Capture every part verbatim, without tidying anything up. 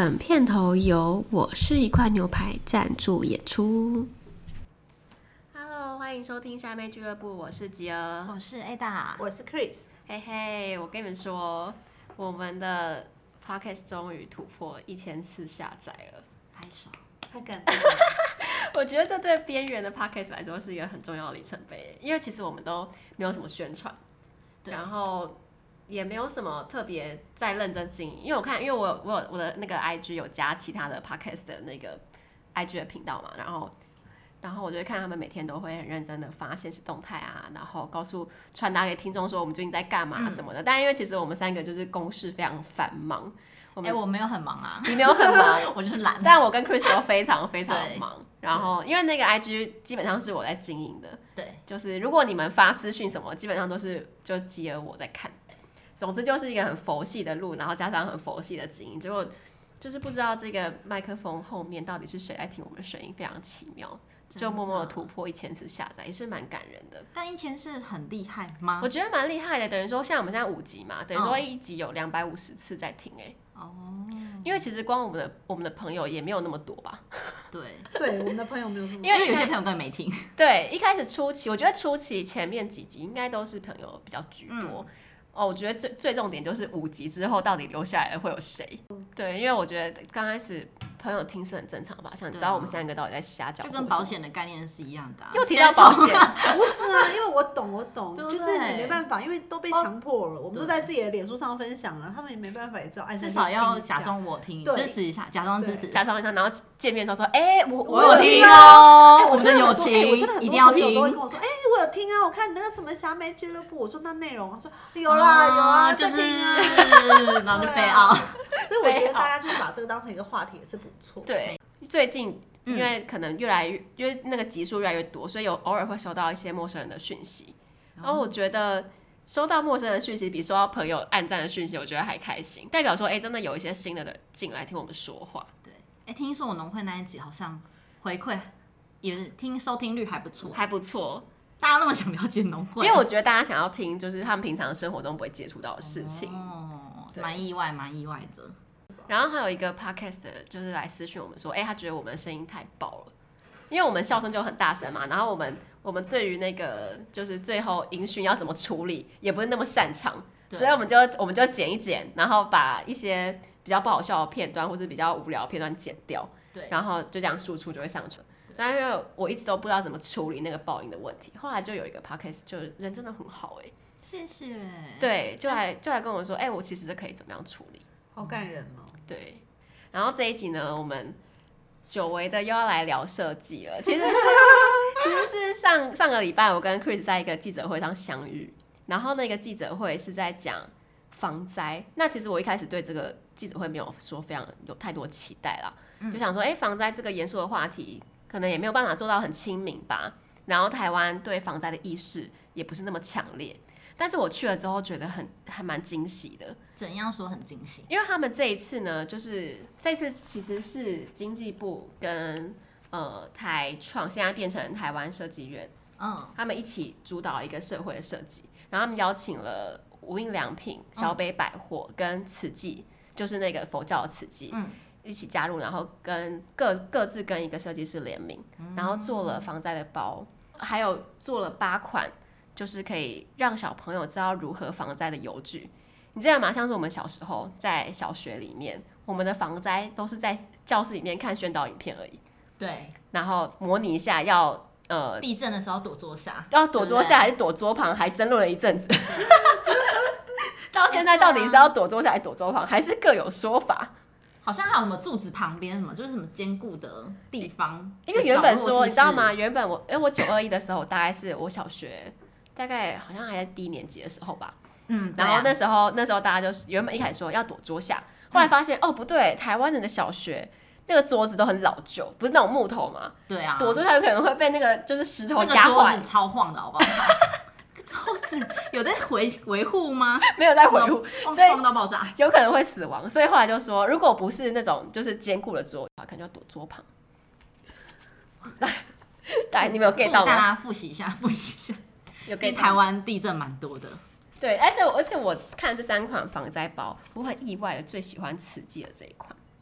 本片头由我是一块牛排赞助演出。Hello， 欢迎收听虾妹俱乐部，我是吉儿， 我是 Ada， 我是 Chris。 嘿嘿，我跟你们说，我们的 Podcast 终于突破一千次下载了， 拍手， 太感动了。 我觉得这对边缘的 Podcast 来说是一个很重要的里程碑，因为其实我们都没有什么宣传，然后也没有什么特别在认真经营。因为我看，因为我有我有我的那个 I G 有加其他的 Podcast 的那个 I G 的频道嘛，然后然后我就会看他们每天都会很认真的发现实动态啊，然后告诉传达给听众说我们最近在干嘛什么的。嗯、但因为其实我们三个就是公事非常繁忙。 哎、欸，我没有很忙啊， 你没有很忙， 我就是懒。 但我跟 Chris 都非常非常忙。然后，因为那个 I G 基本上是我在经营的， 对， 就是如果你们发私讯什么，基本上都是就吉儿我在看。总之就是一个很佛系的路，然后加上很佛系的经营，结果就是不知道这个麦克风后面到底是谁在听我们的声音，非常奇妙。就默默的突破一千次下载，也是蛮感人的。 但一千是很厉害吗？ 我觉得蛮厉害的，等于说像我们现在五集嘛，等于说一集有两百五十次在听哎、欸。哦。因为其实光我们的我们的朋友也没有那么多吧。 对。 对，我们的朋友没有这么多。 因为有些朋友根本没听。 对，一开始初期，我觉得初期前面几集应该都是朋友比较居多。嗯哦，我觉得最最重点就是五集之后到底留下来的会有谁？对，因为我觉得刚开始朋友听是很正常吧，想知道我们三个到底在瞎讲， 就跟保险的概念是一样的、啊。 又提到保险， 不是啊，因为我懂，我懂， 对对就是你没办法，因为都被强迫了，我们都在自己的脸书上分享了，他们也没办法，也知道，至少要假装我听，支持一下，假装支持， 假装一下，然后见面的时候说，哎、欸，我我有听哦，我们的友情， 我真的很多朋友都会跟我说，哎、欸，我有听啊，我看那个什么虾妹俱乐部，我说那内容，他说有啦、哦、有啊， 就是， 啊、 然后就飞傲， 所以我觉得大家就是把这个当成一个话题也是不错。 对，最近因为可能越来越，因为那个集数越来越多，所以有偶尔会收到一些陌生人的讯息，然后我觉得收到陌生人的讯息比收到朋友按赞的讯息，我觉得还开心，代表说，哎、欸，真的有一些新的人进来听我们说话。 对，哎、欸，听说我农会那一集好像回馈也听收听率还不错， 还不错。 大家那么想了解农会， 因为我觉得大家想要听，就是他们平常生活中不会接触到的事情， 哦，蛮意外，蛮意外的。 然后还有一个 podcast 的就是来私讯我们说，哎、欸，他觉得我们的声音太爆了，因为我们笑声就很大声嘛，然后我们我们对于那个就是最后音讯要怎么处理，也不是那么擅长，所以我们就我们就剪一剪，然后把一些比较不好笑的片段或是比较无聊的片段剪掉，对，然后就这样输出就会上传。但是我一直都不知道怎么处理那个爆音的问题，后来就有一个 podcast 就人真的很好哎、欸， 谢谢。 对，就来就来跟我说，哎、欸，我其实可以怎么样处理， 好感人哦。 对，然后这一集呢，我们久违的又要来聊设计了。其实是其实是上上个礼拜我跟 Chris 在一个记者会上相遇，然后那个记者会是在讲防灾。那其实我一开始对这个记者会没有说非常有太多期待啦，嗯、就想说，哎、欸，防灾这个严肃的话题。可能也没有办法做到很亲民吧，然后台湾对防灾的意识也不是那么强烈，但是我去了之后觉得很还蛮惊喜的。 怎样说很惊喜？ 因为他们这一次呢，就是这一次其实是经济部跟呃台创现在变成台湾设计院，嗯，他们一起主导一个社会的设计，然后他们邀请了无印良品、小北百货跟慈济，就是那个佛教的慈济，嗯。一起加入，然后跟各各自跟一个设计师联名，然后做了防灾的包，还有做了八款，就是可以让小朋友知道如何防灾的游具。你记得吗？像是我们小时候在小学里面，我们的防灾都是在教室里面看宣导影片而已。 对， 然后模拟一下要呃地震的时候躲桌下， 要躲桌下还是躲桌旁，还争论了一阵子。到现在到底是要躲桌下还是躲桌旁，还是各有说法。 好像还有什么柱子旁边什么，就是什么坚固的地方。 因为原本说，你知道吗？原本我，因为我九二一的时候，大概是我小学，大概好像还在低年级的时候吧。嗯。然后那时候，那时候大家就是原本一开始说要躲桌下，后来发现、嗯、哦不对，台湾人的小学那个桌子都很老旧，不是那种木头嘛。 对啊。 躲桌下有可能会被那个就是石头压坏。 那个桌子超晃的，好不好？桌子有在维维护吗？ 没有在维护，所以晃到爆炸， 有可能会死亡。所以后来就说，如果不是那种就是坚固的桌，可能就要躲桌旁。来，来，你们有 get 到吗？ 大家复习一下，复习一下。 有 get 到？ 台湾地震蛮多的。 对，而且而且我看这三款防灾包，我很意外的最喜欢慈济的这一款。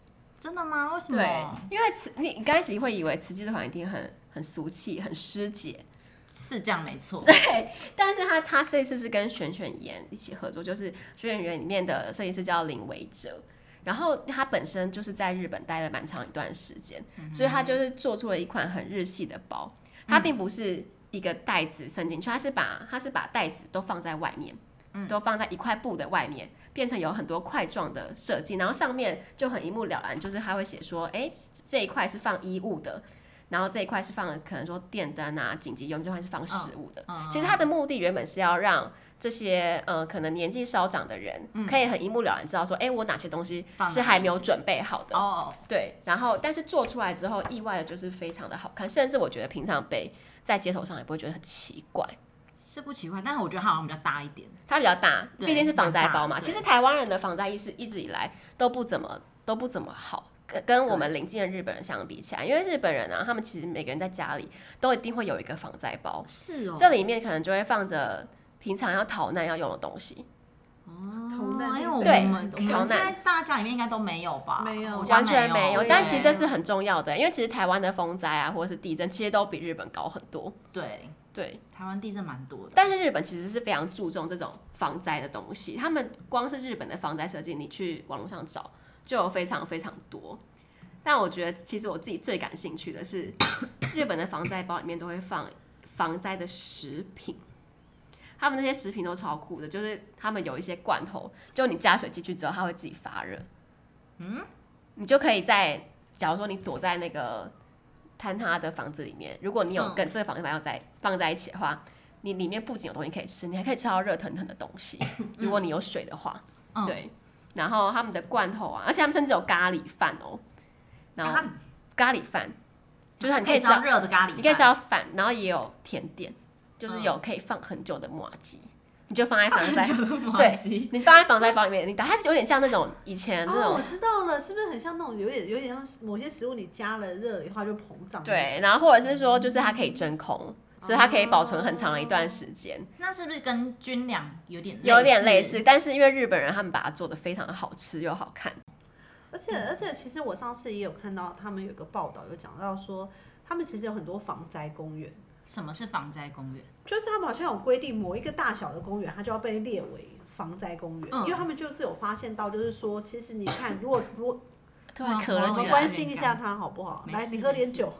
真的吗？为什么？ 对，因为慈你你刚开始会以为慈济这款一定很很俗气、很师姐， 是这样没错。 对，但是他他这一次是跟玄玄岩一起合作，就是玄玄岩里面的设计师叫林维哲，然后他本身就是在日本待了蛮长一段时间，嗯、所以他就是做出了一款很日系的包。它并不是一个袋子伸进去，它是把它是把袋子都放在外面，嗯、都放在一块布的外面，变成有很多块状的设计，然后上面就很一目了然，就是他会写说，哎、欸，这一块是放衣物的。然后这一块是放可能说电灯啊、紧急用，这块是放食物的。嗯、其实它的目的原本是要让这些呃可能年纪稍长的人，嗯、可以很一目了然知道说，哎、欸，我哪些东西是还没有准备好的。哦，对。然后，但是做出来之后，意外的就是非常的好看，甚至我觉得平常背在街头上也不会觉得很奇怪。 是不奇怪，但是我觉得它好像比较大一点。 它比较大，毕竟是防灾包嘛。其实台湾人的防灾意识一直以来都不怎么都不怎么好。跟我们邻近的日本人相比起来，因为日本人啊，他们其实每个人在家里都一定会有一个防灾包， 是哦， 这里面可能就会放着平常要逃难要用的东西。 哦，逃难，因为我对， 们我们现在大家里面应该都没有吧？ 没有， 完全没有。但其实这是很重要的，因为其实台湾的风灾啊，或者是地震，其实都比日本高很多。 对对， 台湾地震蛮多的， 但是日本其实是非常注重这种防灾的东西。他们光是日本的防灾设计，你去网络上找就有非常非常多。但我觉得，其实我自己最感兴趣的是，日本的防灾包里面都会放防灾的食品，他们那些食品都超酷的，就是他们有一些罐头，就你加水进去之后，它会自己发热，嗯，你就可以在，假如说你躲在那个坍塌的房子里面，如果你有跟这个防灾包要在放在一起的话，你里面不仅有东西可以吃，你还可以吃到热腾腾的东西，如果你有水的话，嗯、对，然后他们的罐头啊，而且他们甚至有咖喱饭哦。然后咖喱饭，就是你可以吃到热的咖喱饭， 你可以吃到饭，然后也有甜点，就是有可以放很久的麻糬，你就放在防灾，对，你放在防灾包里面，你打它有点像那种以前那种， 哦，我知道了，是不是很像那种有点有点像某些食物你加了热了以后就膨胀？ 对，然后或者是说，就是它可以真空。所以它可以保存很长的一段时间、哦。 那是不是跟军粮有点类似有点类似？但是因为日本人他们把它做的非常的好吃又好看。 而且而且，其实我上次也有看到他们有个报道，有讲到说，他们其实有很多防灾公园。 什么是防灾公园？ 就是他们好像有规定，某一个大小的公园，它就要被列为防灾公园，嗯、因为他们就是有发现到，就是说，其实你看，如果如果突然咳了起来， 我们关心一下它好不好？来，你喝点酒。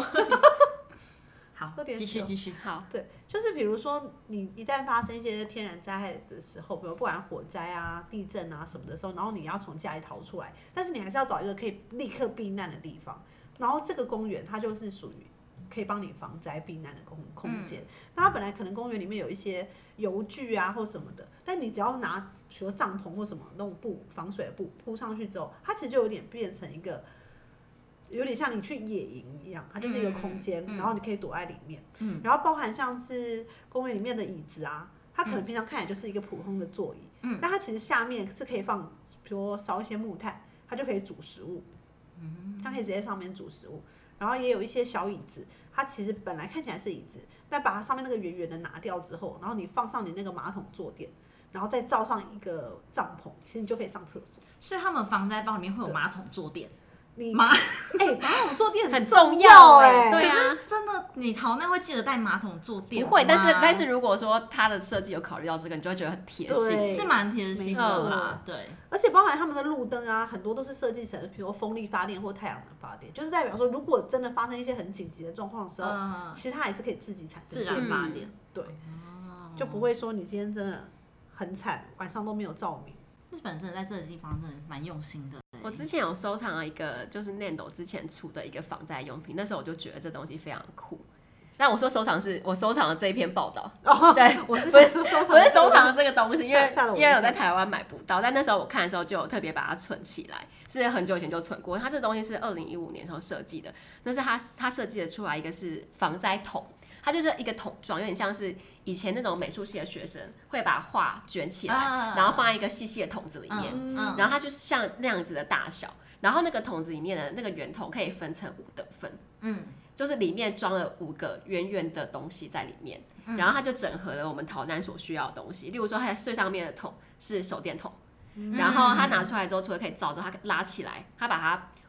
好，继续继续。 好， 对，就是比如说你一旦发生一些天然灾害的时候，比如不管火灾啊、地震啊什么的时候，然后你要从家里逃出来，但是你还是要找一个可以立刻避难的地方。然后这个公园它就是属于可以帮你防灾避难的空空间。嗯、那它本来可能公园里面有一些油具啊或什么的，但你只要拿比如说帐篷或什么那种布防水的布铺上去之后，它其实就有点变成一个。有点像你去野营一样，它就是一个空间，嗯嗯、然后你可以躲在里面。嗯、然后包含像是公园里面的椅子啊，它可能平常看起来就是一个普通的座椅，嗯、但它其实下面是可以放，比如说烧一些木炭，它就可以煮食物。嗯、它可以直接上面煮食物。然后也有一些小椅子，它其实本来看起来是椅子，但把它上面那个圆圆的拿掉之后，然后你放上你那个马桶坐垫，然后再罩上一个帐篷，其实你就可以上厕所。 所以他们防灾包里面会有马桶坐垫。 你马哎、欸，马桶坐垫很重要哎、欸， 对啊， 可是真的你逃难会记得带马桶坐垫吗？ 不会，但是但是如果说它的设计有考虑到这个，你就会觉得很贴心， 是蛮贴心的啦。对， 而且包含他们的路灯啊，很多都是设计成，比如风力发电或太阳能发电，就是代表说，如果真的发生一些很紧急的状况的时候，嗯、其实它也是可以自己产生自然发电， 对，嗯、就不会说你今天真的很惨，晚上都没有照明。 日本真的在这个地方真的蛮用心的。 我之前有收藏了一个，就是 Nendo 之前出的一个防灾用品，那时候我就觉得这东西非常酷。但我说收藏是我收藏了这一篇报道， 哦、 对， 我是想说收藏， 我是收藏了这个东西，因为因为我在台湾买不到，但那时候我看的时候就有特别把它存起来，是很久以前就存过。它这东西是二零一五年时候设计的，那是他他设计的出来一个是防灾桶。它就是一个桶状，有点像是以前那种美术系的学生会把画卷起来，啊、然后放在一个细细的桶子里面，嗯、然后它就是像那样子的大小，然后那个桶子里面的那个圆筒可以分成五等份，嗯，就是里面装了五个圆圆的东西在里面，嗯、然后它就整合了我们逃难所需要的东西，例如说它最上面的桶是手电筒，嗯、然后它拿出来之后，除了可以照之后，它拉起来，它把它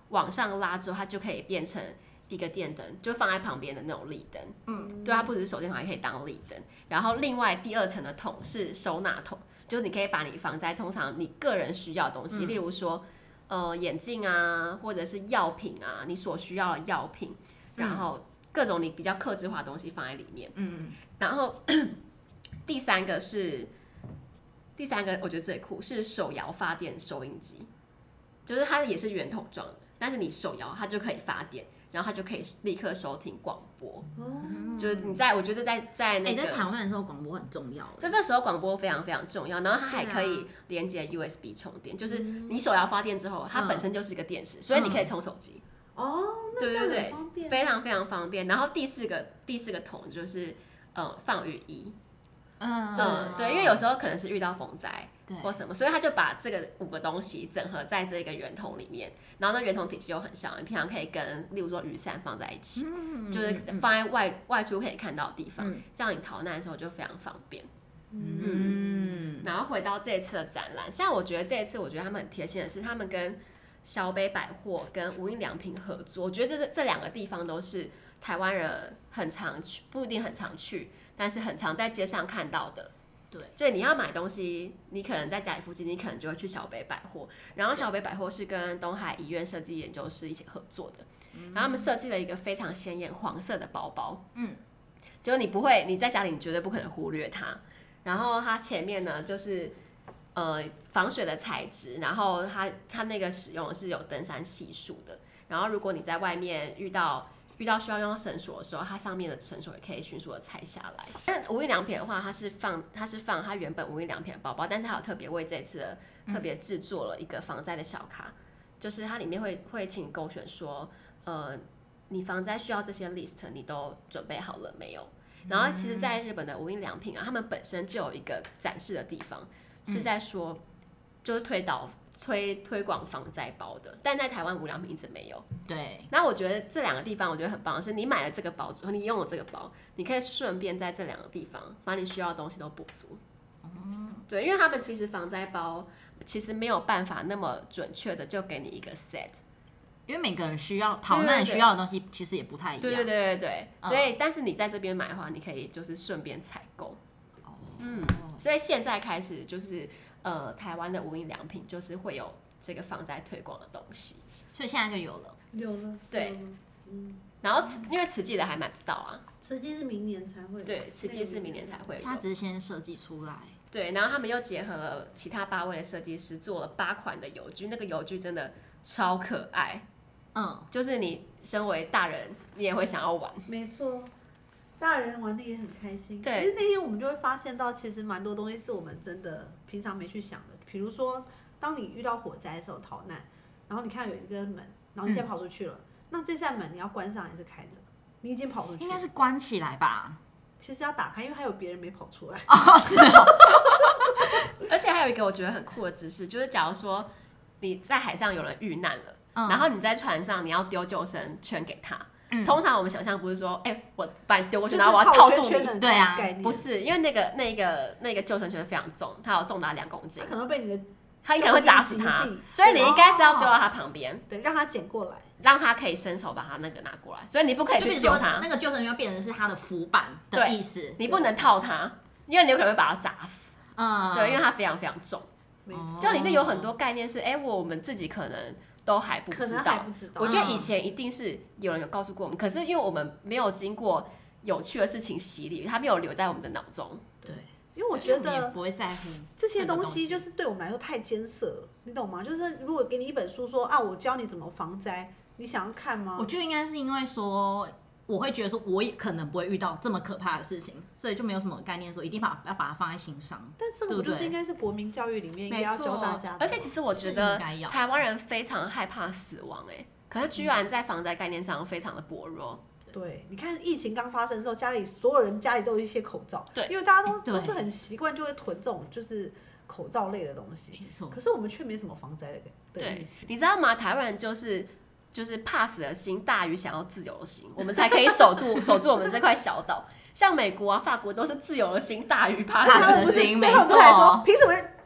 往上拉之后，它就可以变成一个电灯，就放在旁边的那种立灯。嗯，对，它不只是手电筒，还可以当立灯。然后另外第二层的桶是收纳桶，就是你可以把你防灾通常你个人需要的东西，嗯、例如说呃眼镜啊，或者是药品啊，你所需要的药品，然后各种你比较客制化的东西放在里面。嗯，然后第三个是第三个我觉得最酷是手摇发电收音机，就是它也是圆筒状的，但是你手摇它就可以发电。然后他就可以立刻收听广播，嗯、就是你在，我觉得在在那个， 欸、在台湾的时候广播很重要， 在这时候广播非常非常重要。然后它还可以连接 U S B 充电，就是你手摇发电之后，它本身就是一个电池，嗯、所以你可以充手机。 哦，那这样很方便， 对对对，非常非常方便。然后第四个第四个桶就是呃放雨衣。嗯, 嗯，对，因为有时候可能是遇到风灾或什么，所以他就把这个五个东西整合在这个圆筒里面，然后那圆筒体积又很小，你平常可以跟例如说雨伞放在一起，嗯、就是放在外、嗯、外出可以看到的地方，嗯、这样你逃难的时候就非常方便。嗯，嗯然后回到这一次的展览，像我觉得这一次我觉得他们很贴心的是，他们跟小北百货跟无印良品合作，我觉得这这两个地方都是台湾人很常去，不一定很常去。但是很常在街上看到的，对，所以你要买东西，你可能在家里附近，你可能就会去小北百货。然后小北百货是跟东海医院设计研究室一起合作的，嗯、然后他们设计了一个非常鲜艳黄色的包包，嗯，就是你不会，你在家里你绝对不可能忽略它。然后它前面呢就是呃防水的材质，然后它它那个使用的是有登山系数的。然后如果你在外面遇到遇到需要用到绳索的时候，它上面的绳索也可以迅速的拆下来。但无印良品的话，它是放它是放它原本无印良品的包包，但是它有特别为这次的特别制作了一个防灾的小卡，嗯、就是它里面会会请你勾选说，呃，你防灾需要这些 list 你都准备好了没有？然后其实，在日本的无印良品啊，他们本身就有一个展示的地方，是在说，嗯、就是推导。推推广防灾包的，但在台湾无印良品一直没有。 对， 那我觉得这两个地方我觉得很棒的是，你买了这个包之后，你用了这个包，你可以顺便在这两个地方把你需要的东西都补足。嗯，对，因为他们其实防灾包其实没有办法那么准确的就给你一个 set， 因为每个人需要逃难需要的东西其实也不太一样。 对对对对对，嗯、所以但是你在这边买的话，你可以就是顺便采购。哦，嗯，所以现在开始就是。呃，台湾的无印良品就是会有这个防灾推广的东西， 所以现在就有了， 有了， 对，嗯，然后因为慈济的还买不到啊， 慈济是明年才会有， 对，慈济是明年才会有， 他只是先设计出来， 对，然后他们又结合了其他八位的设计师，做了八款的邮具，那个邮具真的超可爱，嗯，就是你身为大人，你也会想要玩， 没错。大人玩的也很开心。 对， 其实那天我们就会发现到，其实蛮多东西是我们真的平常没去想的。比如说，当你遇到火灾的时候逃难，然后你看有一个门，然后你先跑出去了，嗯、那这扇门你要关上还是开着？你已经跑出去了， 应该是关起来吧？ 其实要打开，因为还有别人没跑出来。 哦，是哦。 而且还有一个我觉得很酷的知识，就是假如说你在海上有人遇难了，嗯、然后你在船上你要丢救生圈给他。嗯、通常我们想象不是说，哎、欸，我把你丢过去，然后我要套住你， 对啊， 不是，因为那个那个那个救生圈非常重，它有重达两公斤， 它可能被你的， 它可能会砸死他，所以你应该是要丢到他旁边， 对，让他捡过来， 让他可以伸手把他那个拿过来，所以你不可以去丢他， 那个救生圈变成是他的浮板的意思， 你不能套他，因为你有可能会把他砸死，嗯，对，因为它非常非常重，就里面有很多概念是，哎、欸，我们自己可能。都还不知道， 不知道我觉得以前一定是有人有告诉过我们，嗯、可是因为我们没有经过有趣的事情洗礼，它没有留在我们的脑中。 对， 因为我觉得也不会在乎这些东西，就是对我们来说太艰涩了，你懂吗？就是如果给你一本书说啊，我教你怎么防灾，你想要看吗？ 我觉得应该是因为说。我会觉得说，我也可能不会遇到这么可怕的事情，所以就没有什么概念说一定把要把它放在心上。 但这个就是应该是国民教育里面应该要教大家的。 而且其实我觉得台湾人非常害怕死亡、欸，哎，可是居然在防灾概念上非常的薄弱。 对，你看疫情刚发生的时候，家里所有人家里都有一些口罩， 对， 因为大家都都是很习惯就会囤这种就是口罩类的东西。 没错。 可是我们却没什么防灾的的意识。 你知道吗？台湾人就是。就是怕死的心大于想要自由的心，我们才可以守住守住我们这块小岛。像美国啊、法国都是自由的心大于怕死的心，没错。 凭什么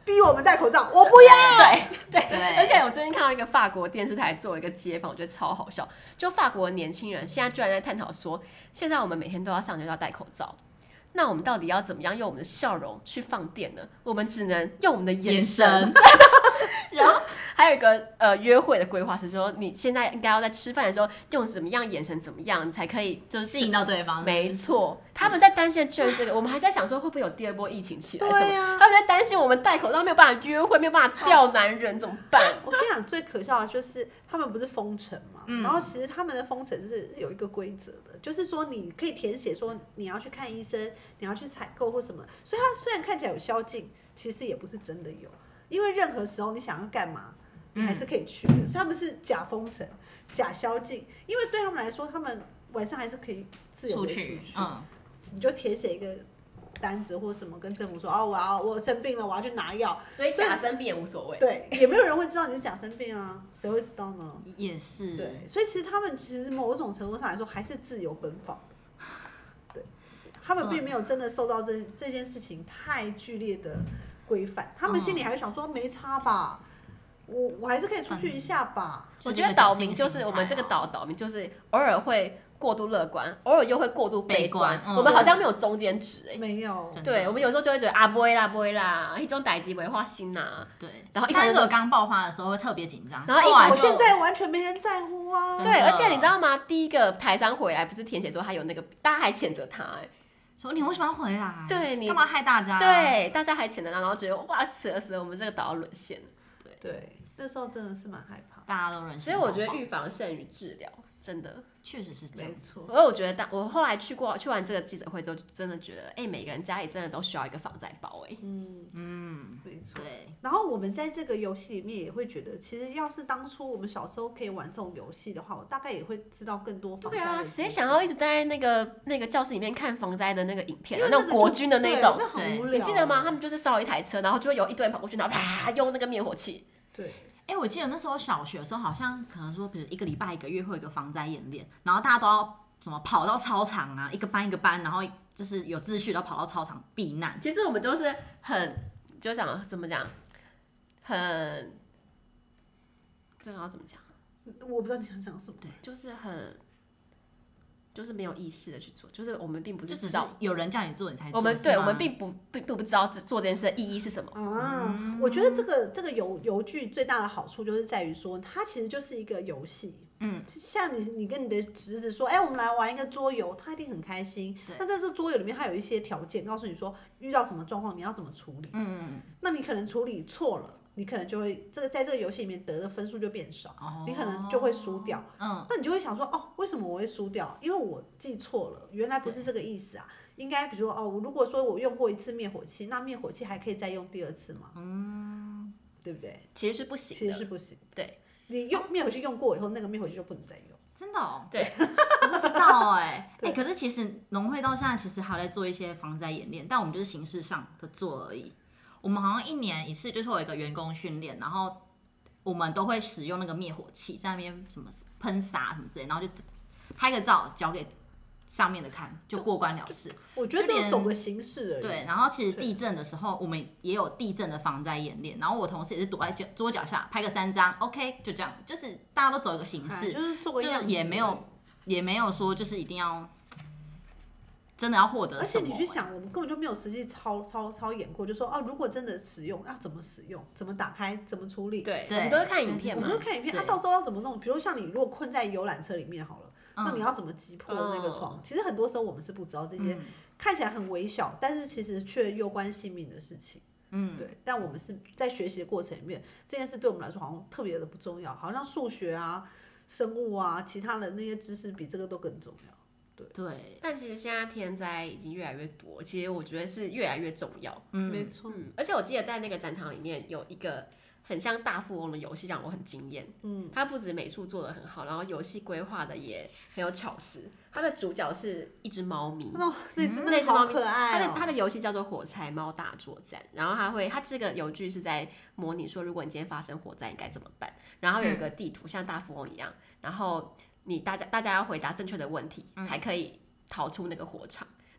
逼我们戴口罩，我不要。 对 对, 对，而且我最近看到一个法国电视台做一个街访，我觉得超好笑。就法国的年轻人现在居然在探讨说，现在我们每天都要上学要戴口罩，那我们到底要怎么样用我们的笑容去放电呢？我们只能用我们的眼神。然后还有一个呃约会的规划是说，你现在应该要在吃饭的时候用什么样眼神怎么样，你才可以就是吸引到对方。 没错，他们在担心居然这个，我们还在想说会不会有第二波疫情起来什么？ 对啊， 他们在担心我们戴口罩没有办法约会，没有办法钓男人怎么办？ 我跟你讲，最可笑的就是他们不是封城嘛，嗯、然后其实他们的封城是有一个规则的，就是说你可以填写说你要去看医生，你要去采购或什么，所以它虽然看起来有宵禁，其实也不是真的有。因为任何时候你想要干嘛，你还是可以去的，嗯、所以他们是假封城、假宵禁。因为对他们来说，他们晚上还是可以自由的出去。嗯，你就填写一个单子或什么，跟政府说哦，我要我生病了，我要去拿药。 所以假生病也无所谓。 对，也没有人会知道你是假生病啊，谁会知道呢？ 也是。 对，所以其实他们其实某种程度上来说还是自由奔放的。对，他们并没有真的受到这这件事情太剧烈的规范，他们心里还会想说没差吧，我我还是可以出去一下吧。 我觉得岛民就是我们这个岛岛民，就是偶尔会过度乐观，偶尔又会过度悲观，嗯、我们好像没有中间值哎、欸， 没有。 对，我们有时候就会觉得啊不会啦不会啦，一种代志不会花心呐。 对， 然后一开始刚爆发的时候会特别紧张， 然后一我现在完全没人在乎啊。 对，而且你知道吗？第一个台商回来不是填写说他有那个，大家还谴责他哎、欸。 说你为什么要回来？ 对，你干嘛害大家？ 对，大家还谴责他，然后觉得哇，死了死了，我们这个岛要沦陷了。对对，那时候真的是蛮害怕， 大家都认识。 所以我觉得预防胜于治疗，真的确实是这样。没错。 所以我觉得，当我后来去过去完这个记者会之后，就真的觉得，哎、欸，每个人家里真的都需要一个防灾包、欸，哎， 嗯嗯， 没错。 对。 然后我们在这个游戏里面也会觉得，其实要是当初我们小时候可以玩这种游戏的话，我大概也会知道更多防灾的。对啊， 谁想要一直待在那个那个教室里面看防灾的那个影片、啊，那种国军的那种， 对，那很无聊。 你记得吗？他们就是烧了一台车，然后就会有一堆人跑过去，然后啪用那个灭火器。 对。 哎、欸，我记得那时候小学的时候，好像可能说，比如一个礼拜、一个月会有一个防灾演练，然后大家都要什么跑到操场啊，一个班一个班，然后就是有秩序，然后跑到操场避难。 其实我们都是很，就讲怎么讲，很，这个要怎么讲？ 我不知道你想讲什么。 对，就是很。就是没有意识的去做，就是我们并不是知道有人叫你做你才做。 我们对我们并不并并不知道做这件事的意义是什么。 啊，嗯、我觉得这个这个游游具最大的好处就是在于说，它其实就是一个游戏。嗯，像你你跟你的侄子说，哎、欸，我们来玩一个桌游，他一定很开心。那在这桌游里面，它有一些条件，告诉你说遇到什么状况你要怎么处理。嗯嗯。那你可能处理错了。你可能就会这个在这个游戏里面得的分数就变少，哦、你可能就会输掉。嗯，那你就会想说，哦，为什么我会输掉？因为我记错了，原来不是这个意思啊。应该比如说，哦，如果说我用过一次灭火器，那灭火器还可以再用第二次吗？嗯，对不对？ 其实是不行的， 其实是不行。 对， 你用灭火器用过以后，那个灭火器就不能再用。 真的哦， 对， 我不知道哎、欸，哎、欸，可是其实农会到现在其实还在做一些防灾演练，但我们就是形式上的做而已。我们好像一年一次就是会有一个员工训练，然后我们都会使用那个灭火器在那边什么喷洒什么之类，然后就拍个照交给上面的看，就过关了事。 我觉得这走个形式而已。 对，然后其实地震的时候，我们也有地震的防灾演练，然后我同事也是躲在桌脚下拍个三张 ，OK， 就这样，就是大家都走一个形式， 啊、就是做个样子， 就也没有也没有说就是一定要。真的要获得什么？ 而且你去想，我们根本就没有实际操操操演过，就说哦，如果真的使用，要怎么使用，怎么打开，怎么处理？ 对，我们都是看影片嘛， 我们都看影片。他、啊、到时候要怎么弄？比如像你如果困在游览车里面好了，嗯、那你要怎么击破那个窗？嗯、其实很多时候我们是不知道这些、嗯、看起来很微小，但是其实却攸关性命的事情。嗯，对。但我们是在学习的过程里面，这件事对我们来说好像特别的不重要，好像数学啊、生物啊、其他的那些知识比这个都更重要。 对， 但其实现在天灾已经越来越多，其实我觉得是越来越重要。 嗯，没错、 嗯。而且我记得在那个展场里面有一个很像大富翁的游戏，让我很惊艳。嗯，它不止美术做得很好，然后游戏规划的也很有巧思。它的主角是一只猫咪， 哦，那只那只好可爱、哦。 它的它的游戏叫做火柴猫大作战，然后它会，它这个游具是在模拟说，如果你今天发生火灾，你该怎么办？然后有一个地图，嗯、像大富翁一样，然后。你大家大家要回答正确的问题，嗯、才可以逃出那个火场。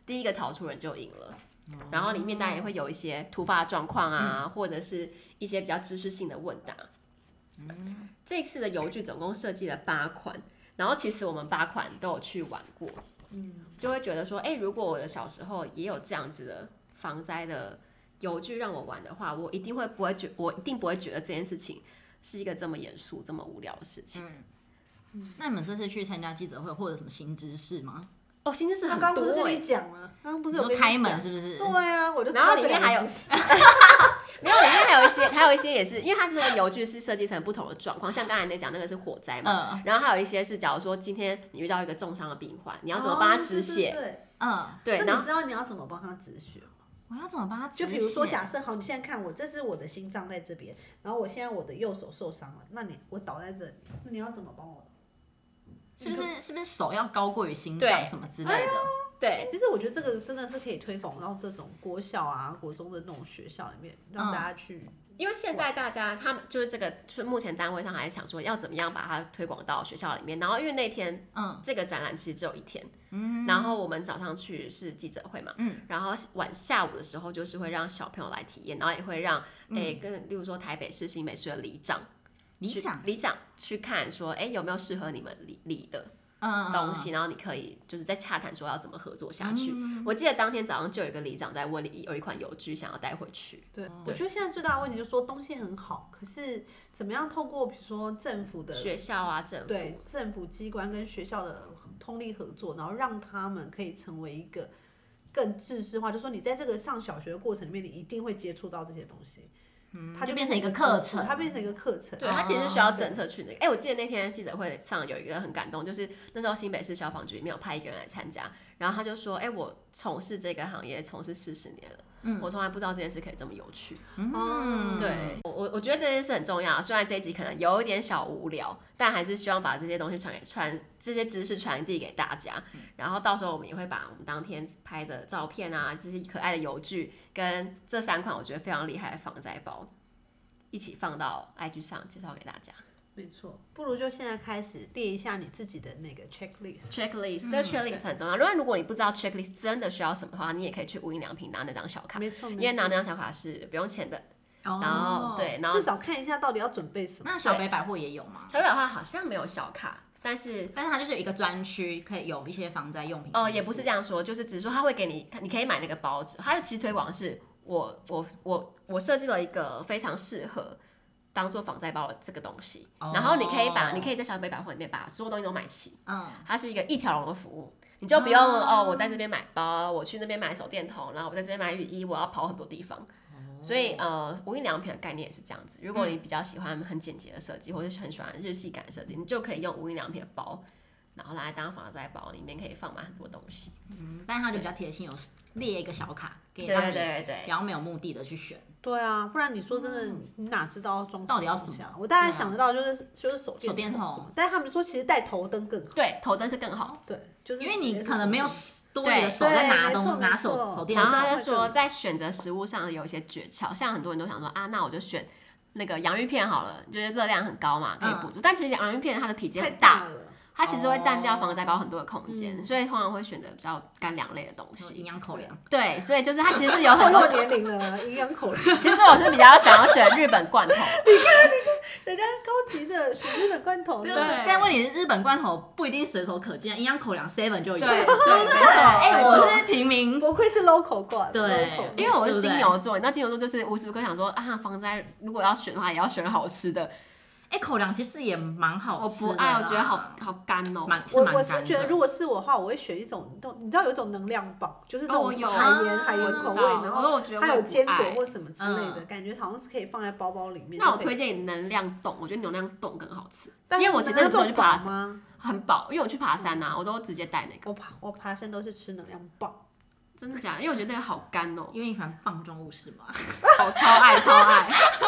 第一个逃出人就赢了。然后里面当然也会有一些突发状况啊、嗯，或者是一些比较知识性的问答。嗯，这次的游具总共设计了八款，然后其实我们八款都有去玩过，嗯，就会觉得说，哎、欸，如果我的小时候也有这样子的防灾的游具让我玩的话，我一定会不会觉，我一定不会觉得这件事情是一个这么严肃、这么无聊的事情。嗯， 嗯那你们这次去参加记者会，或者什么新知识吗？ 哦，新知识很多、欸。 刚刚不是跟你讲了？刚刚不是有跟你开门是不是？ 对啊，我就知道然后里面还有，没有里面还有一些，还有一些也是，因为它那个游具是设计成不同的状况，像刚才那讲那个是火灾嘛、嗯，然后还有一些是，假如说今天你遇到一个重伤的病患，你要怎么帮他止血？ 哦、对, 对, 对， 嗯， 对。那你知道你要怎么帮他止血吗？ 我要怎么帮他止血？ 就比如说，假设好，你现在看我，这是我的心脏在这边，然后我现在我的右手受伤了，那你我倒在这里，那你要怎么帮我？ 是不是是不是手要高过于心脏什么之类的？ 对， 其实我觉得这个真的是可以推广到这种国小啊、国中的那种学校里面，让大家去。嗯、 因为现在大家他们就是这个，就是目前单位上还想说要怎么样把它推广到学校里面。然后因为那天，嗯，这个展览其实只有一天，嗯，然后我们早上去是记者会嘛，嗯，然后晚下午的时候就是会让小朋友来体验，然后也会让诶、嗯欸、跟例如说台北市新北市的里长。 里长里长去看说，哎、欸，有没有适合你们理理的东西、嗯，然后你可以就是在洽谈说要怎么合作下去、嗯。我记得当天早上就有一个里长在问，有一款游具想要带回去。 对，我觉得现在最大的问题就是说东西很好，可是怎么样透过比如说政府的学校啊，政府对政府机关跟学校的通力合作，然后让他们可以成为一个更制式化，就是说你在这个上小学的过程里面，你一定会接触到这些东西。 嗯， 它就变成一个课程， 它变成一个课程。 对，它其实需要政策去那个。哎、欸，我记得那天记者会上有一个很感动，就是那时候新北市消防局里面有派一个人来参加，然后他就说：“哎、欸，我从事这个行业从事四十年了，嗯，我从来不知道这件事可以这么有趣。”嗯，对，我我我觉得这件事很重要。虽然这一集可能有一点小无聊，但还是希望把这些东西传给传这些知识传递给大家。然后到时候我们也会把我们当天拍的照片啊，这些可爱的游具跟这三款我觉得非常厉害的防灾包。一起放到 I G 上介绍给大家。 没错，不如就现在开始列一下你自己的那个 checklist。 checklist，、嗯、这个 checklist 很重要。如果如果你不知道 checklist 真的需要什么的话，你也可以去无印良品拿那张小卡。 没错，因为拿那张小卡是不用钱的。 哦、 然后对，然后至少看一下到底要准备什么。 那小北百货也有吗？ 小北百货好像没有小卡，但是但是它就是有一个专区，可以有一些防灾用品。 哦、呃，也不是这样说，就是只是说他会给你，你可以买那个包纸。它其实推广的是我我我我设计了一个非常适合。当做防灾包的这个东西， oh. 然后你可以把你可以在小北百货里面把所有東西都買齊，嗯，它是一個一條龍的服務，你就不用、oh. 哦，我在這邊買包，我去那邊買手電筒，然後我在這邊買雨衣，我要跑很多地方， oh. 所以呃，無印良品的概念也是這樣子。如果你比較喜歡很簡潔的設計，或者是很喜歡日系感的設計，你就可以用無印良品的包，然後來當防災包，裡面可以放滿很多東西。 嗯，但是它就比較貼心，有列一個小卡給他們，對對對， 不要沒有目的的去選。 对啊，不然你说真的，嗯、你哪知道装到底要什么？ 我大概想得到就是、啊、就是手手电筒， 但是他们说其实带头灯更好。 对，头灯是更好。 对，就是因为你可能没有多余的手在拿东拿手手电筒。 然后他就说，在选择食物上有一些诀窍，像很多人都想说啊，那我就选那个洋芋片好了，就是热量很高嘛，可以补足、嗯。但其实洋芋片它的体积很大。它其实会占掉防灾包很多的空间、哦，所以通常会选择比较干粮类的东西， 营养口粮。 对，所以就是它其实是有很多年龄了，营养口粮。 其实我是比较想要选日本罐头。 你看，人家高级的选日本罐头， 对。但问题是，日本罐头不一定随手可见，营养口粮 seven 就有。 对对，没错。 哎，我是平民， 不愧是 local 罐。 对， local, 因为我是金牛座，你知道金牛座就是无时无刻想说啊，防灾如果要选的话，也要选好吃的。 哎、欸，口粮其实也蛮好吃的， 我不爱，我觉得好好干哦、喔。 我我是觉得，如果是我的话，我会选一种，你知道有一种能量棒，就是那种海盐、海盐口味，然后还有坚果或什么之类的，嗯、感觉好像是可以放在包包里面。 那我推荐你能量冻，我觉得能量冻更好吃，因为我前阵子去爬山，很饱，因为我去爬山啊，我都直接带那个。 我爬我爬山都是吃能量棒。 真的假的？因为我觉得那个好干哦、喔， 因为你喜欢棒状物事嘛。 好，超爱超爱。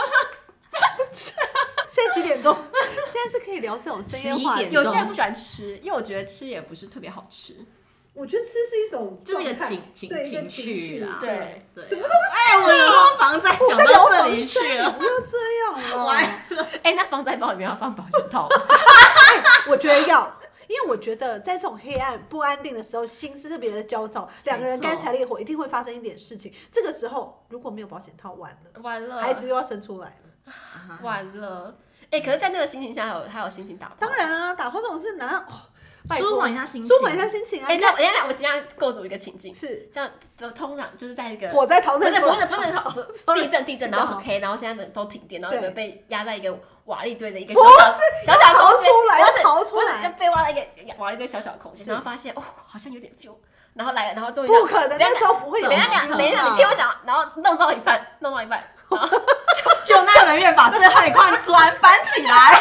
现在几点钟？现在是可以聊这种深夜话题。 有些人不喜欢吃，因为我觉得吃也不是特别好吃。 我觉得吃是一种就是一个情情情绪啦， 对对。 什么东西？ 哎，我们从防灾讲到这里去了， 不要这样了。 哎，那防灾包里面要放保险套吗？ 哎，我觉得要。因因为我觉得在这种黑暗不安定的时候，心是特别的焦躁，两个人干柴烈火，一定会发生一点事情。这个时候如果没有保险套，完了， 完了， 孩子又要生出来了， 完了。哎、欸，可是，在那个心情下，还有还有心情打炮。 当然啊，打炮这种事难道？哦， 舒缓一下心情， 舒缓一下心情啊！ 哎、欸，那我等一下，我这样构筑一个情境， 是这样，就通常就是在一个火灾逃生， 不是不是不是不是地震地震，然后很黑，然后现在都停电，然后你们被压在一个瓦砾堆的一个小小小小空间， 要逃出来， 不是就被挖了一个瓦砾堆小小空间，然后发现哦，好像有点 feel， 然后来了，然后终于不可能，那时候不会有。 等一下，等一下，你听我讲，然后弄到一半，弄到一半，然后就那人员把最后一块砖搬起来。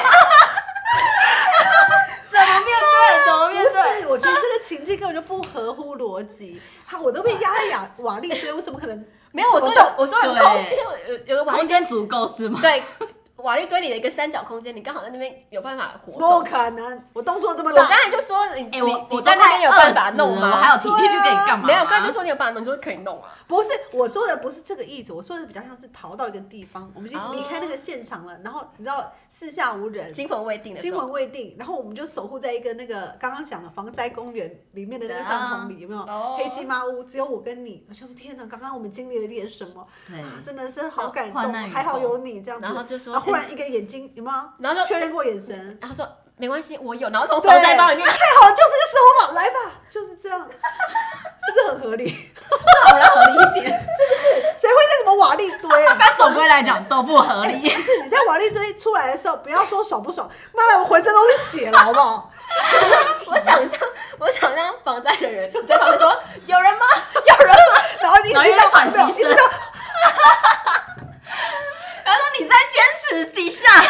怎么面对？怎么面对？ 不是，我觉得这个情境根本就不合乎逻辑。他我都被压在瓦瓦砾堆，我怎么可能？ 没有，我说有，我说有空间，有有个瓦砾空间足够是吗？ 对。瓦砾堆里的一个三角空间，你刚好在那边有办法活动。 不可能，我动作这么大。 我刚才就说你， 欸、我你在那边有办法弄吗？ 我还有体力去给你干嘛？ 没有，刚才就说你有办法弄，你说可以弄啊。 不是，我说的不是这个意思，我说的比较像是逃到一个地方，我们已经离开那个现场了，然后你知道四下无人， 惊魂未定的时候， 惊魂未定，然后我们就守护在一个那个刚刚讲的防灾公园里面的那个帐篷里，有没有？ 哦、 黑漆麻屋，只有我跟你，就是天哪，刚刚我们经历了点什么？ 对、 啊，真的是好感动，还好有你这样子。 然后就说， 然后忽然一个眼睛。有没有？ 然后就确认过眼神， 然后说没关系，我有。然后从防灾包里面， 太好，就是个时候嘛，来吧，就是这样，是不是很合理？ 好像合理一点， 是不是？谁会在什么瓦砾堆啊？ 但总归来讲都不合理。 欸、不是你在瓦砾堆出来的时候，不要说爽不爽，妈的，我浑身都是血了，好不好？ 我想象，我想象防灾人员在旁边说：“有人吗？有人吗？” 然后你然后一直喘息声。然后说你再坚持几下，不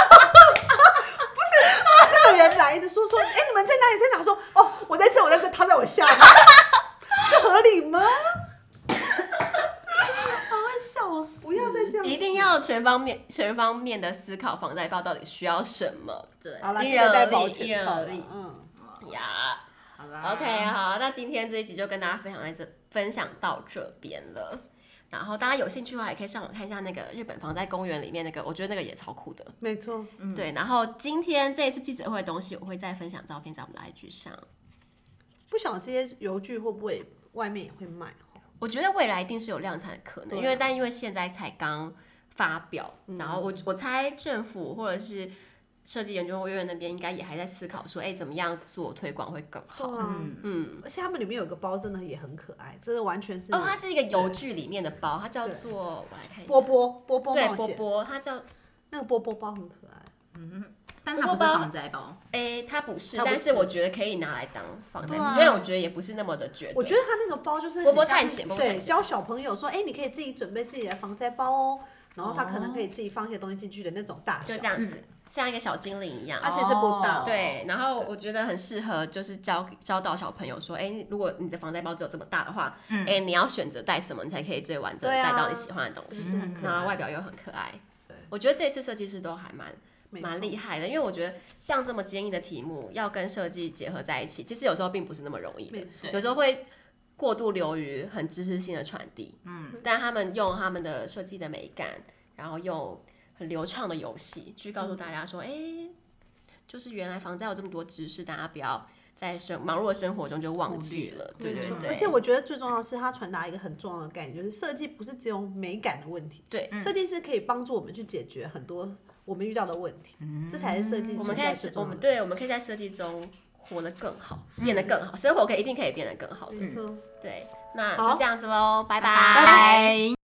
是那个人来的说说，哎、欸，你们在哪里？在哪？说哦，我在这，我在这，他在我下面，这合理吗？ 我会笑死！ 不要再这样， 一定要全方面、全方面的思考防灾包到底需要什么。 对， 好了， 因人而异， 因人而异。 嗯， 呀， 好啦 ，OK， 好，那今天这一集就跟大家分享在这，分享到这边了。然后大家有兴趣的话，也可以上网看一下那个日本防灾公园里面那个，我觉得那个也超酷的。 没错， 嗯，对。然后今天这一次记者会的东西，我会再分享照片在我们的 I G 上。 不晓得这些邮具会不会外面也会卖？ 我觉得未来一定是有量产的可能，因为但因为现在才刚发表，嗯、然后我我猜政府或者是设计研究院那边应该也还在思考说，哎、欸，怎么样做推广会更好？ 啊、嗯嗯，而且他们里面有个包真的也很可爱，真的完全是哦，它是一个邮具里面的包，它叫做我来看一下， 波波波波对波波，它叫那个波波包很可爱， 嗯，但它不是防灾包， 哎、欸，它不是， 不是但是我觉得可以拿来当防灾包，因为我觉得也不是那么的绝对。 我觉得它那个包就是波波探险， 对，教小朋友说，哎、欸，你可以自己准备自己的防灾包哦，然后他可能可以自己放一些东西进去的那种大小， 就这样子。嗯，像一个小精灵一样， 而且是不大， 对。然后我觉得很适合，就是教教导小朋友说，哎、欸，如果你的防灾包只有这么大的话，哎、嗯欸，你要选择带什么，你才可以最完整的带到你喜欢的东西，然后外表又很可爱。我觉得这一次设计师都还蛮蛮厉害的，因为我觉得像这么坚毅的题目要跟设计结合在一起，其实有时候并不是那么容易的，有时候会过度流于很知识性的传递，嗯，但他们用他们的设计的美感，然后用很流畅的游戏去告诉大家说，哎、嗯欸，就是原来防灾有这么多知识，大家不要在生忙碌的生活中就忘记了，对对对。 而且我觉得最重要的是，它传达一个很重要的概念，就是设计不是只有美感的问题， 对， 设计师可以帮助我们去解决很多我们遇到的问题，嗯、这才是设计。 我们可以我们对，我们可以在设计中活得更好，嗯、变得更好，生活可以一定可以变得更好的。 没错， 对，那就这样子喽，拜拜。 拜拜。